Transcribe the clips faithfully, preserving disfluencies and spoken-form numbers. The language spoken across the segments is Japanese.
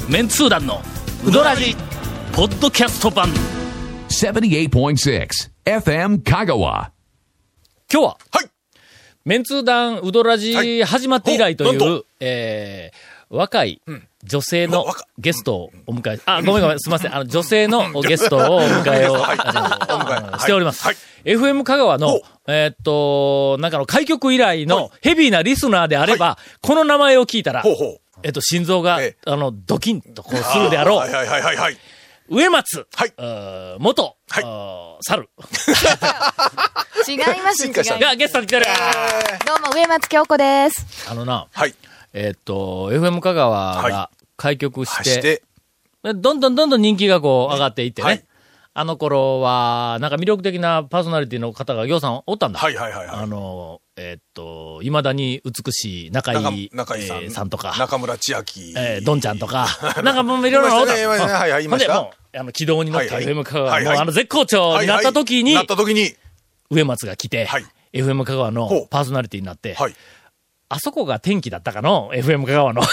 メンツー団のウドラジポッドキャスト版ななじゅうはちてんろく エフエム 香川。 今日は、 はい。 メンツー団ウドラジ始まって以来という、 はい、 えー、若い女性のゲストをお迎え、あ、ごめんごめん、すみません。あの、女性のゲストをお迎えを、 はい、 あのしております。 はい。 エフエム 香川の、えー、っと、なんかの開局以来のヘビーなリスナーであれば、はい、この名前を聞いたら、 ほうほう、 えっと、心臓が、ええ、あの、ドキンとこうするであろう。 はいはいはいはいはい。 植松、 はい、 元、 はい、 猿。 違います違いますがゲストに来てる。 どうも植松京子です。 あのな、 はい、 えー、っと エフエム 香川が開局して、 はい、してどんどんどんどん人気がこう上がっていってね。はい、あの頃はなんか魅力的なパーソナリティの方がぎょうさんおったんだ。 はいはいはいはい。 あのえー、っと未だに美しい中井中井さん、えー、さんとか中村千秋、 えー、どんちゃんとかなんかもういろいろなおった。 いましたね、はいはいいました。 ほんでもうあの軌道に乗って エフエム 香川のあの絶好調になった時に、 なった時に植松が来て、はい、エフエム 香川のパーソナリティになって、 はい、 あそこが天気だったかの エフエム 香川の。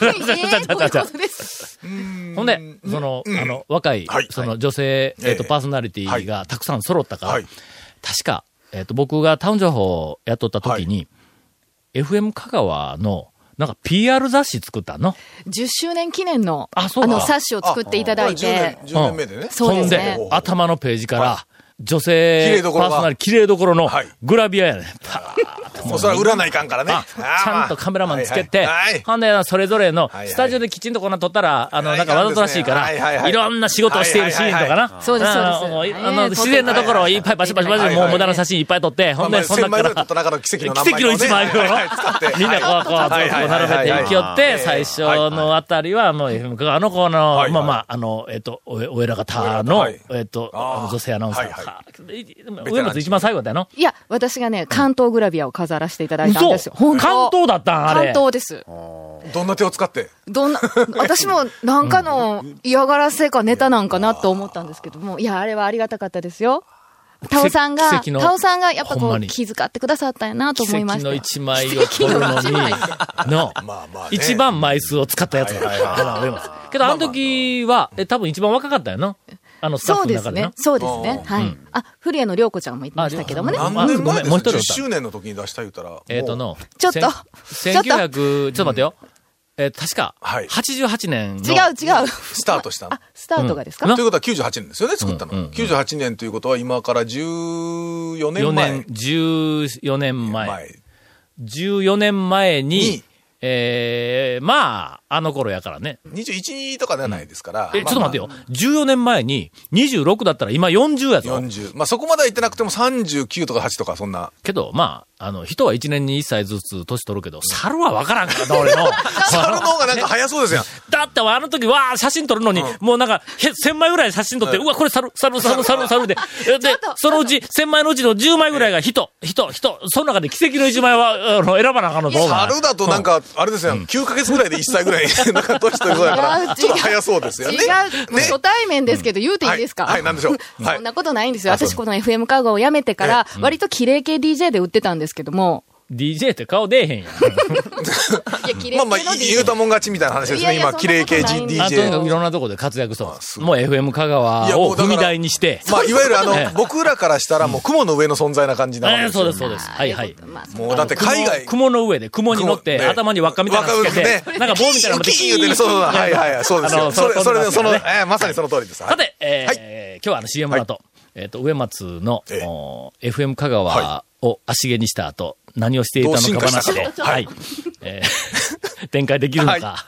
ほんで、その、うん、あの、若い、はい、その女性、えっ、ー、と、パーソナリティがたくさん揃ったから、はい、確か、えっ、ー、と、僕がタウン情報をやっとった時に、はい、エフエム 香川の、なんか ピーアール 雑誌作ったの ? じゅっしゅうねん記念の、 あ、そうあの、冊子を作っていただいて。 じゅうねんめでね。うん、 そうですね。 ほんで、頭のページから、女性パーソナリティ、綺麗どころのグラビアやね。 もうそれは売らないかんからね。 ちゃんとカメラマンつけて、ほんで、それぞれの、スタジオできちんとこんな撮ったら、あの、なんかわざとらしいから、いろんな仕事をしているシーンとかな。 そうです、そうです。 あの、自然なところをいっぱいバシバシバシ、もう無駄な写真いっぱい撮って、ほんで、そんなから、奇跡の一枚を、みんなこう、こう、ずっと並べていきよって、最初のあたりは、もう、あの子の、まあまあ、あの、えっと、お偉方の、えっと、女性アナウンサー。上松一番最後だよの。 いや、私がね、関東グラビアを飾らせていただいたんですよ。本当。 関東だったんあれ。 関東です。 どんな手を使って？ どんな、私もなんかの嫌がらせかネタなんかなと思ったんですけども、いや、あれはありがたかったですよ。タオさんが、タオさんがやっぱこう気遣ってくださったんやなと思いました。 奇跡の一枚を撮るのに、の、一番枚数を使ったやつだ。けど、あの時は、え、多分一番若かったよな。あのスタッフの中でな。 そうですね。そうですね。はい。あ、古谷の涼子ちゃんもいましたけどもね。 何年前ですか？じゅっしゅうねんの時に出した言うたら。 えっとの、 ちょっと。 せんきゅうひゃく、ちょっと待ってよ。え、確か、はちじゅうはちねんの。 違う違う。 スタートしたの。 あ、スタートがですか？ ということはきゅうじゅうはちねんですよね、作ったの。きゅうじゅうはちねんということは今からじゅうよねんまえ。 じゅうよねんまえ。じゅうよねんまえに、えー、まあ、あの頃やからね。 にじゅういちとかではないですから。 え、ちょっと待ってよ。じゅうよねんまえににじゅうろくだったら今よんじゅうやぞ。 よんじゅう。まあそこまでは言ってなくてもさんじゅうきゅうとかはちとかそんな。 けど、まあ、あの、人はいちねんにいっさいずつ年取るけど、猿は分からんからな、俺の。 猿の方がなんか早そうですよ。 だってあの時、わー、写真撮るのに、うん、もうなんか、せんまいぐらい写真撮って、うん、うわ、これ猿、猿、猿、猿、猿で。で、そのうち、せんまいのうちのじゅうまいぐらいが人、人、人、その中で奇跡のいちまいは、あの、選ばなあかんのどう猿だとなんか、あれですよ、うん、きゅうかげつぐらいでいっさいぐらい、なんか年取りそうだから、ちょっと早そうですよね。 違う、ね、初対面ですけど、言うていいですか？ はい、はい、なんでしょう。 そんなことないんですよ。私この エフエム 香川を辞めてから、割と綺麗系 ディージェー で売ってたんですけども、 ディージェー って顔出えへんやん。 まあまあ、言うたもん勝ちみたいな話ですね、今、綺麗系 ディージェー。 あとにかくいろんなところで活躍そう。もう エフエム 香川を踏み台にして。 まあ、いわゆるあの、僕らからしたらもう雲の上の存在な感じなわけですよ。 そうです、そうです。はいはい。 もうだって海外。 雲の上で、雲に乗って、頭に輪っかみたいなのつけて、なんか棒みたいなの持ってキー言うてそうそう、はいはいはい、そうですよ。それ、それで、その、まさにその通りです。 さて、え今日はあの シーエム の後、えっと、植松の エフエム 香川を足毛にした後、何をしていたのか話で、はい、えー、展開できるのか。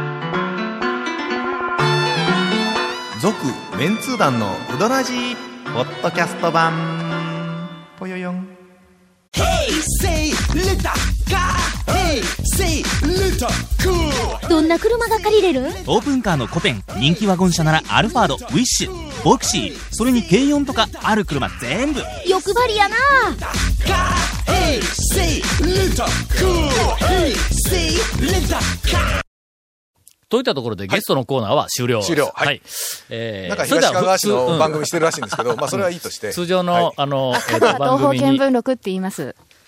続、メンツー団のウドラジーポッドキャスト版ぽよよん。 どんな車が借りれる？ オープンカーのコペン、人気ワゴン車ならアルファード、ウィッシュ、ボクシー、それに軽よんとかある車全部欲張りやな。 といったところでゲストのコーナーは終了。 終了。はい。 えー、なんか東かがわ市の番組してるらしいんですけど、まあそれはいいとして。 通常の、あの、 香川東方見聞録って言います。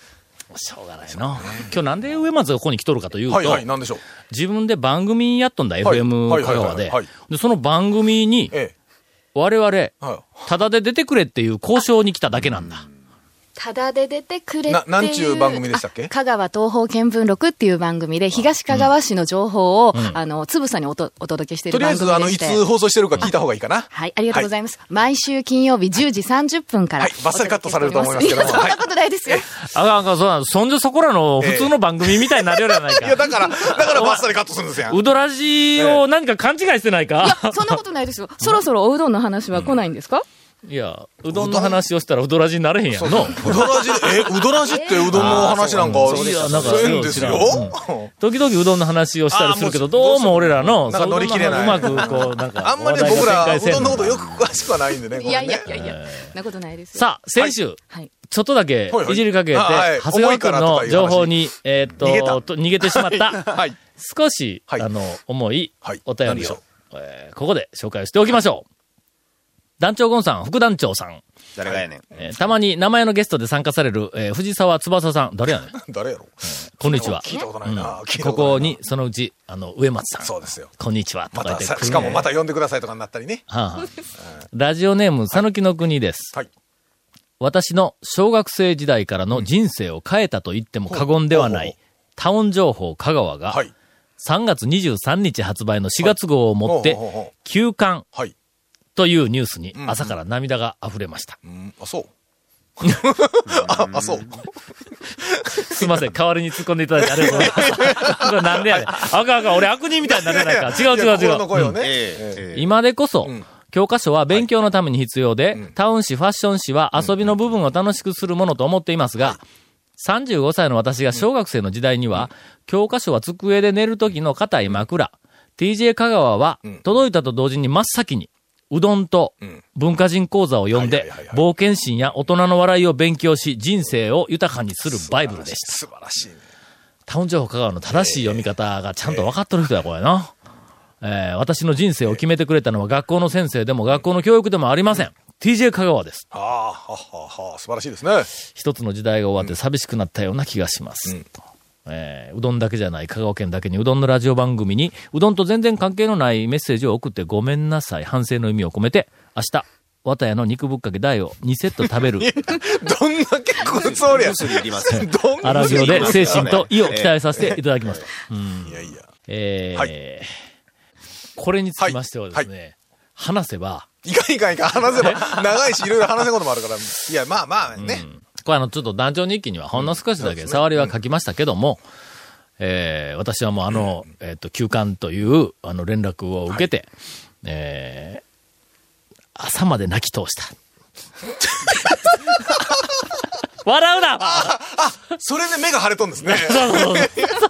しょうがないの。今日なんで植松がここに来とるかというと、 はいはい、なんでしょう。 自分で番組やっとんだ、 はいエフエム 香川で。で、その番組に、 ええ、 我々、 はい、 ただで出てくれっていう交渉に来ただけなんだ。 ただで出てくれっていう。 な、なんちゅう番組でしたっけ？ 香川東方見聞録っていう番組で、東香川市の情報を、うん、あの、つぶさにおとお届けしている番組でして。 とりあえず、あの、いつ放送してるか聞いた方がいいかな。 はい、ありがとうございます。はい、毎週金曜日じゅうじさんじゅっぷんから。はい、 バッサリカットされると思いますけども。 そんなことないですよ。 あかんあかん、そうなの。そんじょそこらの普通の番組みたいになるようじゃないか。 いや、だから、だからバッサリカットするんですよ。 うどらじを何か勘違いしてないか？ いや、そんなことないですよ。そろそろおうどんの話は来ないんですか？ いや、うどんの話をしたらうどらじになれへんやんの。 うどらじ、え、うどらじってうどんの話なんか、 いや、なんか、 変ですよ。 時々うどんの話をしたりするけど、どうも俺らの、 なんか乗り切れない。 うまく、こう、なんか、 あんまり僕ら、うどんのことよく詳しくはないんでね。 いやいやいやいや、なことないですよ。 さあ、先週、ちょっとだけいじりかけて、長谷川君の情報に、えっと、逃げてしまった、少し、あの、重いお便りを、ここで紹介しておきましょう。団長ゴンさん、副団長さん。 誰がやねん。 えー、たまに名前のゲストで参加される、えー、藤沢翼さん。誰やねん。 誰やろ、 えー、こんにちは。 聞いたことないな。 うん、ここに、そのうち、あの、植松さん。 そうですよ。 こんにちは。とか言って、 またしかもまた呼んでくださいとかになったりね。 はあはあ、ラジオネーム、さぬきの国です。 はい。 私の小学生時代からの人生を変えたと言っても過言ではない、タウン情報香川が、はい、さんがつにじゅうさんにち発売のしがつ号をもって、休刊。はい。というニュースに朝から涙が溢れました。 うんうん、あ、そう。あ、あ、そう。 すいません、代わりに突っ込んでいただいてありがとうございます。これなんでやねん。あかんあかん、俺悪人みたいになれないから。違う違う違う。 うんねえー、今でこそ、うん、教科書は勉強のために必要で、はい、タウン誌、ファッション誌は遊びの部分を楽しくするものと思っていますが、はい、さんじゅうごさいの私が小学生の時代には、うん、教科書は机で寝る時の硬い枕、ティージェー 香川は、届いたと同時に真っ先に、うどんと文化人講座を読んで、冒険心や大人の笑いを勉強し、人生を豊かにするバイブルでした。 素晴らしい。 タウン情報香川の正しい読み方がちゃんと分かっとる人や、これな。えー、私の人生を決めてくれたのは学校の先生でも学校の教育でもありません。ティージェー 香川です。 ああ、ははは素晴らしいですね。 一つの時代が終わって寂しくなったような気がします。うんえー、うどんだけじゃない香川県だけにうどんのラジオ番組にうどんと全然関係のないメッセージを送ってごめんなさい反省の意味を込めて明日綿屋の肉ぶっかけ大をにセット食べるどんだけ食うつもりや荒行で精神と意を鍛えさせていただきますと、 えー、うんいやいやえーはい、これにつきましてはですね、はいはい、話せばいかんいかんいかん話せば長いしいろいろ話せることもあるからいやまあまあね、うんこれあの、ちょっと団長日記にはほんの少しだけ触りは書きましたけども、うんえー、私はもうあの、うん、えっ、ー、と、休刊という、あの、連絡を受けて、はい、えー、朝まで泣き通した。笑うなああ、それで目が腫れとんですね。 そうそうそう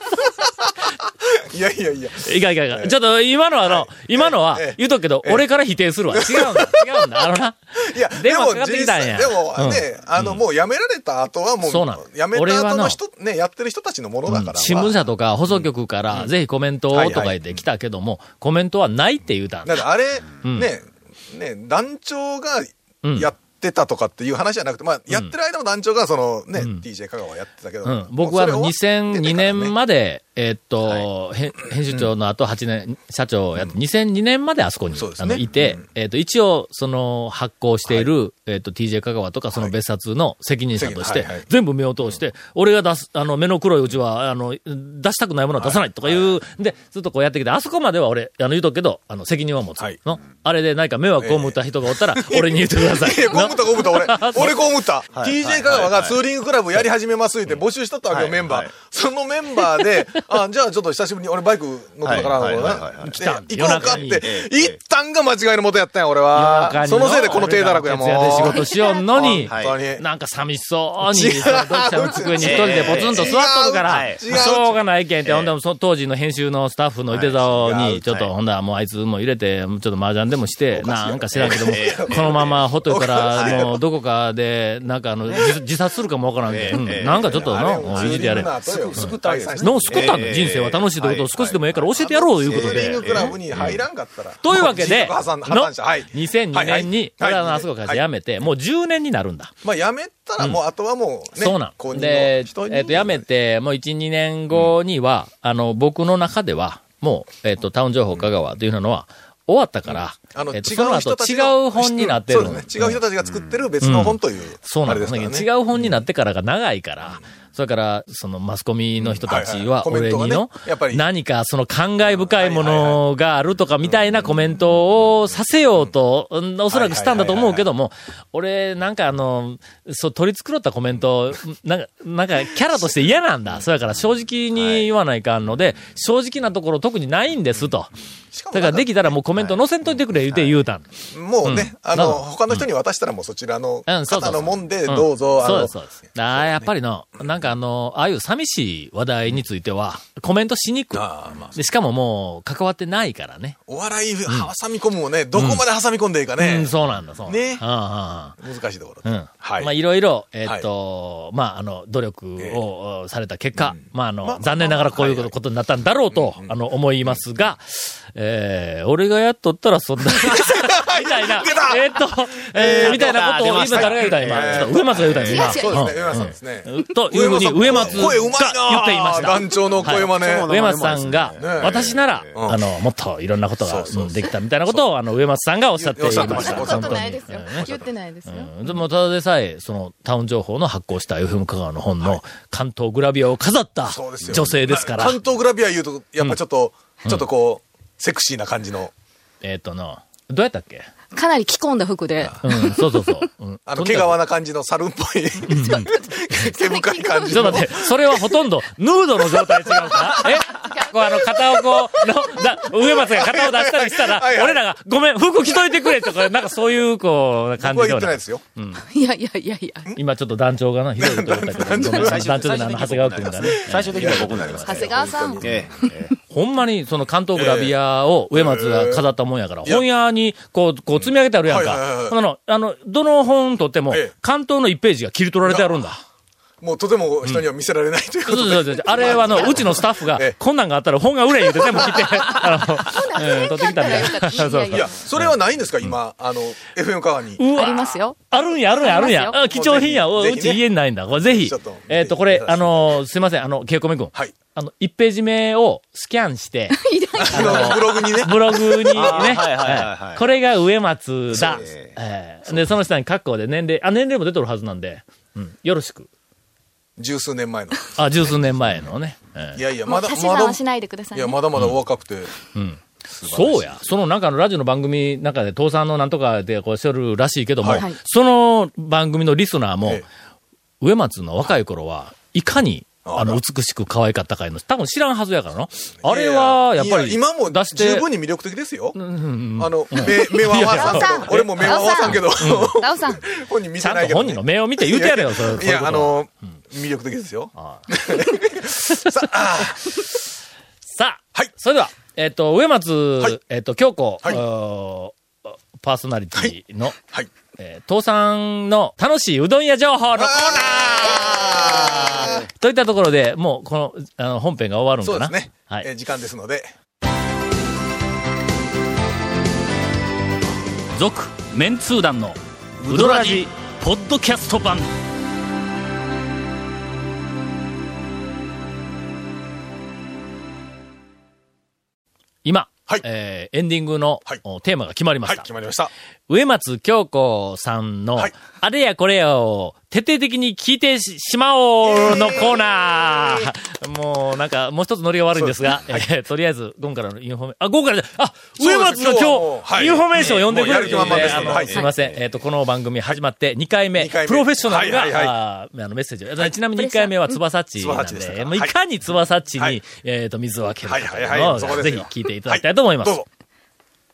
いやいやいや。 いかいかいか。ちょっと今のはあの、はい、今のは、言うとくけど、俺から否定するわ。違うんだ。違うんだ。あのな。 いや、 でもかかってきたんや。 でもね、うん、あの、もう辞められた後はもう、 そうなの。 辞めた後の人、ね、やってる人たちのものだから。うん、 新聞社とか放送局から、ぜひコメントをとか言って来たけども、はいはい、コメントはないって言うたんだ。 だからあれ、うん、ね、ね、団長がやってってたとかっていう話じゃなくて、まあ、やってる間も団長がそのね、うん、ティージェー 香川やってたけど、 うん、僕はにせんにねんまで、えー、っと、はい、編集長の後はちねん、社長をやって、うん、にせんにねんまであそこに、ね、あのいて、うん、えー、っと、一応、その、発行している、はい、えー、っと、ティージェー 香川とか、その別冊の責任者として、はい、全部目を通して、うん、俺が出す、あの、目の黒いうちは、あの、出したくないものは出さないとかいう、はい、で、ずっとこうやってきて、あそこまでは俺、あの、言うとくけど、あの、責任は持つ。はい、のあれで何か迷惑を被った人がおったら、えー、俺に言ってください。 いや、被った被った俺。俺こう思った。はい、ティージェー 香川がツーリングクラブやり始めますって募集しとったわけよ、はい、メンバー、はい。そのメンバーで、あ、じゃあちょっと久しぶりに俺バイク乗ったから、行こうかって、一旦が間違いのもとやったんや、俺は。そのせいでこの低堕落やもん。 徹夜で仕事しよんのに、なんか寂しそうに、読者の机に一人でポツンと座っとるから、しょうがないけんって、ほんでも当時の編集のスタッフの井手沢に、ちょっとほんだらもうあいつも入れて、ちょっと麻雀でもして、なんか知らんけども、このままほっといたら、もうどこかで、なんかあの、自殺するかもわからんけど、なんかちょっとの、いじってやれ。 救ったんの、救ったんの人生は楽しいということを少しでもいいから教えてやろうということで。 ツーリングクラブに入らんかったら。 というわけで、のはい、 にせんにねんに、俺はのあそこから辞めて、もうじゅうねんになるんだ。 まあ辞めたらもうあとはもうね。 そうなん。で、えっと、辞めて、もういち、にねんごには、あの、僕の中では、もう、えっと、タウン情報香川というのは、終わったから、 あの、 えっと、その後違う本になってる。 そうですね。違う人たちが作ってる別の本という。 そうなんですね。違う本になってからが長いから、それから、そのマスコミの人たちは、俺にの、何かその感慨深いものがあるとかみたいなコメントをさせようと、おそらくしたんだと思うけども、俺、なんかあの、そう、取り繕ったコメント、なんか、なんか、キャラとして嫌なんだ。それから正直に言わないかんので、正直なところ特にないんですと。だからできたらもうコメント載せんといてくれ言うて言うたん。 もうね、あの、他の人に渡したらもうそちらの方のもんでどうぞ、 そうです、そうです。ああ、やっぱりの、なんかあの、ああいう寂しい話題については、コメントしにくい。で、しかももう、関わってないからね。 お笑い挟み込むもね、どこまで挟み込んでいいかね。 そうなんだ、そうなんだ。 ね。難しいところ。うん。 はい。まあ、いろいろ、えっと、まあ、あの、努力をされた結果、まあ、あの、残念ながらこういうことになったんだろうと、あの、思いますが、えー、俺がやっとったらそんな、みたいな、えっと、えー、みたいなことを今誰が言うたん今、ちょっと上松が言うたん今。 そうですね、上松さんですね。 というふうに上松が言っていました。 団長の声はね。 上松さんが、私なら、あの、もっといろんなことができたみたいなことを、あの、上松さんがおっしゃっていました。 おっしゃってないですよ。言ってないですよ。 でも、ただでさえ、その、タウン情報の発行した エフエム 香川の本の関東グラビアを飾った女性ですから。 関東グラビア言うと、やっぱちょっと、ちょっとこう、セクシーな感じの。 えっとの、どうやったっけかなり着込んだ服で。 うん、そうそうそう。うん、 あの、毛皮な感じの猿っぽい。毛深い感じ。 ちょっと待って、それはほとんどヌードの状態違うかえこうあの、片をこう、の、だ、上松が片を出したりしたら、はいはい、俺らが、ごめん、服着といてくれとか、なんかそういう、こう、感じで。僕は言ってないですよ。 うん。 いやいやいやいや。 今ちょっと団長がな、ひどいこと言ったけど、団長でな、長谷川君がね。 最終的には僕になります。 長谷川さん。 ほんまに、その関東グラビアを上松が飾ったもんやから、本屋に、こう、こう積み上げてあるやんか。あの、あの、どの本とっても、関東のいちページが切り取られてあるんだ。 もうとても人には見せられないということで。 そうそうそう。あれはあの、うちのスタッフが、こんなんがあったら本が売れ言うて全部切って、あの、え取ってきたみたいな。そうそう。 いや、それはないんですか今、あの、エフエム 香川に。 ありますよ。 あるんや、あるんや、あるんや。貴重品や。うち家にないんだ。これぜひ。えっと、これ、あの、すいません、あの、ケイコメ君。はい。あの、いちページ目をスキャンして、 あの、ブログにね。 ブログにね。これが上松だ。で、その下に括弧で年齢、あ、年齢も出てるはずなんで、うん、よろしく。 十数年前の。 あ、十数年前のね。 いやいや、まだ、 まだ。足し算はしないでください。 いや、まだまだお若くて。 うん。そうや。そのなんかのラジオの番組の中で、父さんのなんとかでこうしてるらしいけども、その番組のリスナーも、上松の若い頃はいかに、あの、美しく可愛かったかいの、多分知らんはずやからの。あれは、やっぱり、 今も十分に魅力的ですよ。あの、目、目は合わさん。俺も目は合わさんけど。 ダオさん。 本人見てないけど。 本人の目を見て言うてやれよ、それ。 いや、あの、魅力的ですよ。さあ、 さあ、はい。それでは、えっと、上松、えっと、京子、パーソナリティの、はい。えー、父さんの楽しいうどん屋情報のコーナーといったところで、もうこの、あの、本編が終わるんかな。 そうですね。はい。えー、時間ですので。 続、メンツー団のうどらじ、ポッドキャスト版。今、はい、えー、エンディングの、はい、テーマが決まりました。 はい、決まりました。 上松京子さんの、はい、あれやこれやを徹底的に聞いて し, しまおうのコーナー。もうなんか、もう一つノリが悪いんですが、す、はい、えー、とりあえず、ゴンからのインフォメ、あ、ゴンからで、あ、上松の今日、はい、インフォメーションを読んでくれるというので、あの、はい、すいません。えっ、ー、と、この番組始まってにかいめ、プロフェッショナルが、はいはいはい、あ, あのメッセージを、はい、ちなみにいっかいめはつばさっちなんで、でもういかにつばさっちに、はい、えっ、ー、と、水をあけるかというのを、ぜひ聞いていただきたいと思います。どうぞ。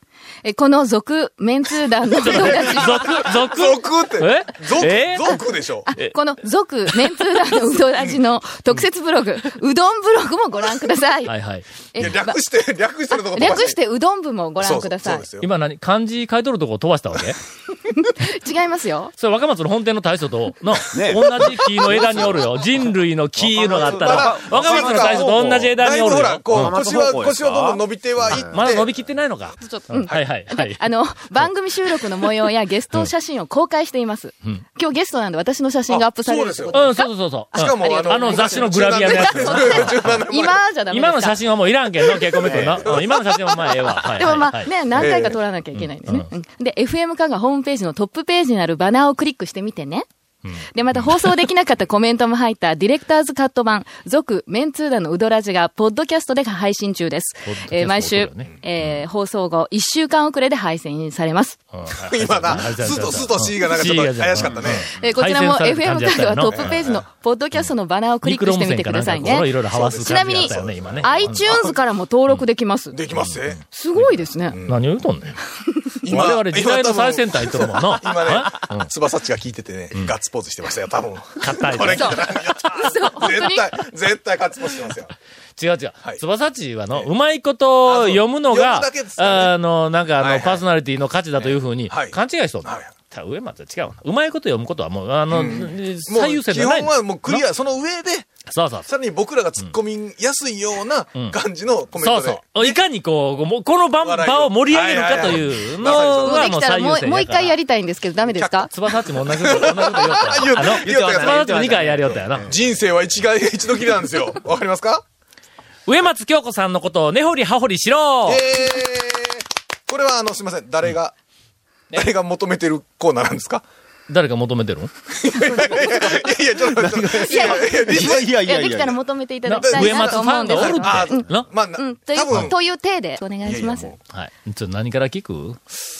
え、この続、メンツー団のうどらじ。 続、続続って。 え続、 え続でしょ。 この続、メンツー団のうどらじの特設ブログ、うどんブログもご覧ください。 はいはい。 いや、略して、略してるとこ略してうどん部もご覧ください。 今何漢字書いとるとこ飛ばしたわけ違いますよ。 それ若松の本店の大将と、の、同じ木の枝におるよ。人類の木いうのがあったら、若松の大将と同じ枝におるよ。 ほら、こう、腰は、腰はどんどん伸びてはいって。 まだ伸びきってないのか。 ちょっと、 はいはいはい。 あの、番組収録の模様やゲスト写真を公開しています。今日ゲストなんで私の写真がアップされるってことですか？ うん、そうそうそう。 しかも、 あの雑誌のグラビアのやつ。 今じゃダメですか？ 今の写真はもういらんけんの、ケイコメ君の。今の写真はまあええわ。 でもまあね、何回か撮らなきゃいけないんですね。で、エフエム 香川ホームページのトップページにあるバナーをクリックしてみてね。で、また放送できなかったコメントも入ったディレクターズカット版、続、メンツー団のうどらじが、ポッドキャストで配信中です。えー、毎週、えー、放送後、いっしゅうかん遅れで配信されます。 今な、スと、スと C がなんかちょっと怪しかったね。 えー、こちらも エフエム 香川トップページの、ポッドキャストのバナーをクリックしてみてくださいね。ちなみに、iTunes からも登録できます。 できますね。 すごいですね。 何を言うとんねん。我々時代の最先端言っとるもんな。 今ね、翼っちが聞いててね、ガッツポーズしてましたよ、多分。 硬い。 これ聞いたら、絶対、絶対ガッツポーズしてますよ。 違う違う。翼っちはの、うまいこと読むのが、あの、なんかあの、パーソナリティの価値だというふうに、勘違いしとんだ。上松は違う。うまいこと読むことはもう、あの、最優先じゃない。 基本はもうクリア、その上で、 そうそう。 さらに僕らが突っ込みやすいような感じのコメントで。 そうそう。いかにこう、この場を盛り上げるかというのがもう最優先。 もう一回やりたいんですけど、ダメですか？ 翼っちも同じこと、同じこと言おうと。あの、翼っちもにかいやりよったよな。 人生は一回、一度きりなんですよ。わかりますか？ 上松京子さんのことを根掘り葉掘りしろ。 えー、これはあの、すみません。誰が、誰が求めてるコーナーなんですか？ 誰が求めてるの？いやいや、ちょっと待って。いやいやいやいや、できたら求めていただきたいなと思うんです。 上松ファンがおるって。 まあ、 という、という体でお願いします。 はい。ちょっと何から聞く？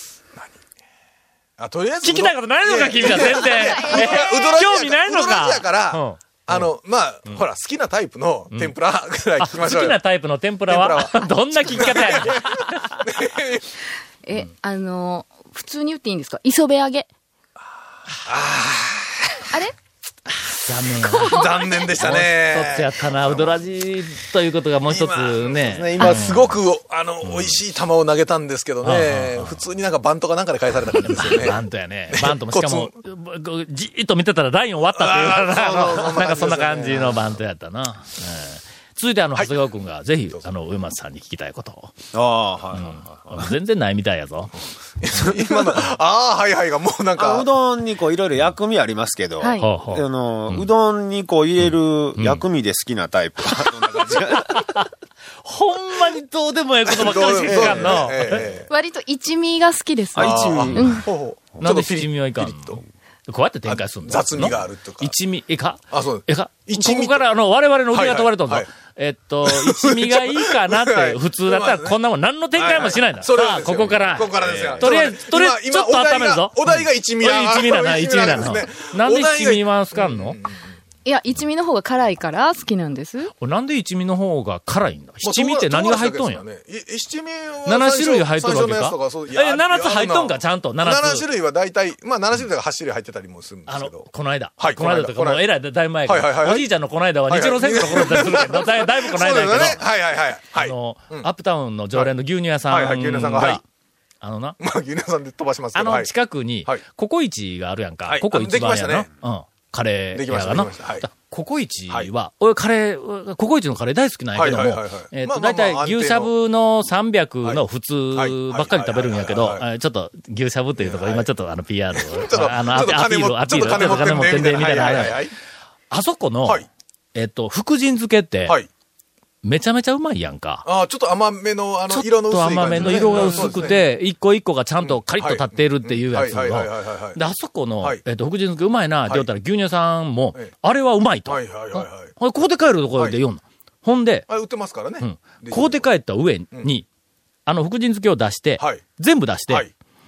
あ、とりあえず。 聞きたいことないのか、君は全然。興味ないのか。 だから、あの、まあ、ほら、好きなタイプの天ぷらぐらい聞きましょう。 好きなタイプの天ぷらはどんな聞き方やねん。 え、あの、普通に言っていいんですか？磯辺揚げ。あれ？ 残念や。 残念でしたね。 一つやったな、うどらじということがもう一つね。 今すごく、あの、美味しい球を投げたなんですけどね、普通になんかバントかなんかで返された感じですよね。 バントやね。バントもしかも、じーっと見てたらライン終わったっていうなんかそんな感じのバントやったな。続いてあの、長谷川くんがぜひ、あの、上松さんに聞きたいことを。 ああ、はいはい。 全然ないみたいやぞ。 今の、ああ、はいはいがもうなんか。 うどんにこういろいろ薬味ありますけど、あの、うどんにこう入れる薬味で好きなタイプはどんな感じ？ ほんまにどうでもええことばっかりしかんの。 割と一味が好きです。 あ、一味。 なんで七味はいかんの？こうやって展開するんだ。 雑味があるとか。 一味、えかあ、そう。 えかここから、あの、我々の受けが問われたんだ。えっと、一味がいいかなって、普通だったらこんなもん何の展開もしないんだ。さあ、ここから。 ここからですよ。 とりあえず、とりあえず、ちょっと温めるぞ。 お題が一味なの。一味なの、一味なの。なんで一味は好かんの？ いや、一味の方が辛いから好きなんです。 なんで一味の方が辛いんだ？七味って何が入っとんや？ 七味はなな種類入っとるわけか？え、ななつ入っとんかちゃんとななつ。 なな種類は大体、まあなな種類がはち種類入ってたりもするんですけど。 あの、この間。 はい、 この間とかもうえらいだいぶ前から。おじいちゃんのこの間は日露戦争の頃だったりするけど、だいぶこの間やけど。 はいはいはい。 あの、アップタウンの常連の牛乳屋さんが、あのな。 まあ牛乳屋さんで飛ばしますけど。あの近くに、ココイチがあるやんか。ココ一番やな。うん。カレー屋がな。ココイチは、俺カレー、ココイチのカレー大好きなんやけども、えっと、だいたい牛しゃぶのさんびゃくの普通ばっかり食べるんやけど、ちょっと牛しゃぶっていうとこ、今ちょっとあの ピーアール を、あの、アピール、アピール、ちょっと金持ってんで、みたいな。あそこの、えっと、福神漬けって、めちゃめちゃうまいやんか。 ああ、ちょっと甘めの、あの、色の薄い感じ、ね。ちょっと甘めの色が薄くて、一個一個がちゃんとカリッと立っているっていうやつの。で、あそこの、えっと、福神漬けうまいなって言ったら牛乳屋さんも、あれはうまいと。はいはいはいはい。ここで帰るところで言うんだ。ほんで、 あ、売ってますからね。 ここで帰った上に、あの、福神漬けを出して、全部出して、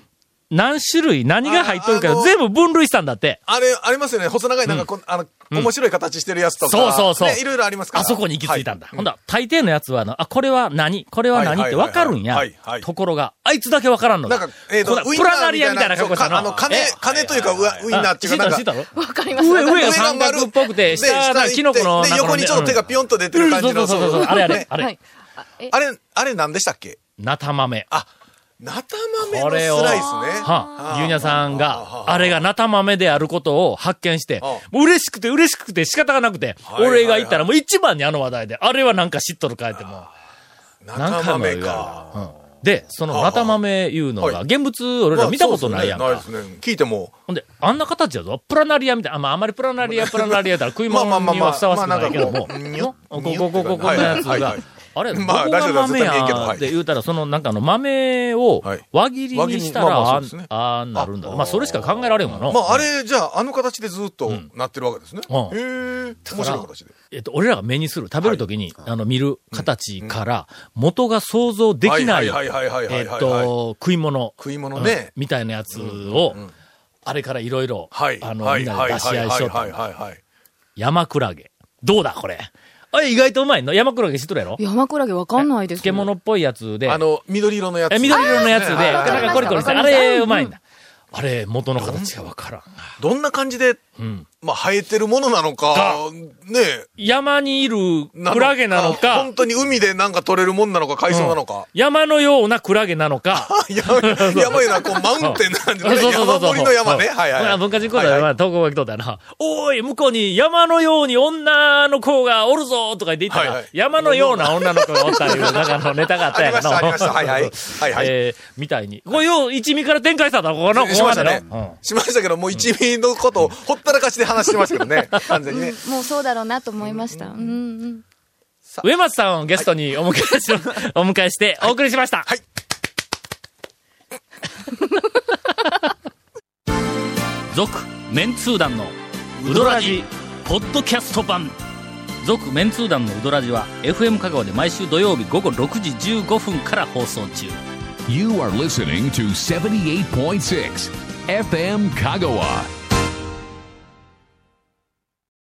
何種類、何が入っとるか全部分類したんだって。 あれ、ありますよね。細長い、なんかこ、うん、あの、面白い形してるやつとか。 そうそうそう。 ね、いろいろありますから。 あそこに行き着いたんだ。はい、ほんだ、大抵のやつは、あ、これは何これは何って分かるんや。ところが、あいつだけ分からんのだ。 なんか、えっ、ー、と、 プラナリアみたいな格好したの。 あの、金、金というか、ウインナーっていうか、なんか。 分かります。 上、上が三角っぽくて、下がキノコの。 で、横にちょっと手がピヨンと出てる感じの。 そうそうそう。あれあれ、あれ。 あれ、あれ何でしたっけ？ なた豆。 あ、なた豆のスライスね。 はあ、牛乳さんが、あれがなた豆であることを発見して、もう嬉しくて嬉しくて仕方がなくて、俺が言ったらもう一番にあの話題で、あれはなんか知っとるかえても。 なた豆か。 で、そのなた豆いうのが、現物俺ら見たことないやんか。 ないですね。聞いても。 ほんで、あんな形やぞ。プラナリアみたいな、まああんまりプラナリア、プラナリアだったら食い物にはふさわしくないけども、ここ、ここ、ここのやつが、あれ、まあ、どこが豆やって言うたら、そのなんかの豆を輪切りにしたら、ああなるんだ。まあ、それしか考えられんわな。 まあ、あれ、じゃあ、あの形でずっとなってるわけですね。へえ、面白い形で。 えっと、俺らが目にする、食べるときに、あの、見る形から、元が想像できない、えっと、食い物。 食い物ね。 みたいなやつを、あれからいろいろ、あの、みんなで出し合いしよった。山クラゲ。どうだ、これ。あれ意外とうまいの？山クラゲ知っとるやろ？ 山クラゲわかんないです。 漬物っぽいやつで。 あの、緑色のやつ。 緑色のやつで、なんかコリコリして、あれうまいんだ。あれ、元の形がわからん。 どんな感じで、うん、まあ、生えてるものなのか、ね山にいるクラゲなのか、 本当に海でなんか取れるもんなのか、海藻なのか。うん、 山のようなクラゲなのか。 山、山ような、こう、マウンテンな感じのね。そうそうそうそう山盛りの山ね。はいはい。 まあ、文化人講座では、東郷が来とったな。おーい、向こうに山のように女の子がおるぞとか言って言ったら、はいはい、山のような女の子がおったいう、なんかのネタがあったやんか。 ありました、ありました。はいはい。はいはい。 えー、みたいに。こういう一味から展開したんだ、ここの、ここまでね。しましたけど、もう一味のことをほったらかしで話してますけどね。完全にね。 もうそうだろうなと思いました。うんうん。 上松さんをゲストにお迎えし、はい、お迎えしてお送りしました。はい。続メンツー団のウドラジポッドキャスト版。続メンツー団のウドラジは エフエム 香川で毎週土曜日午後ろくじじゅうごふんから放送中。 You are listening to seventy-eight point six エフエム 香川。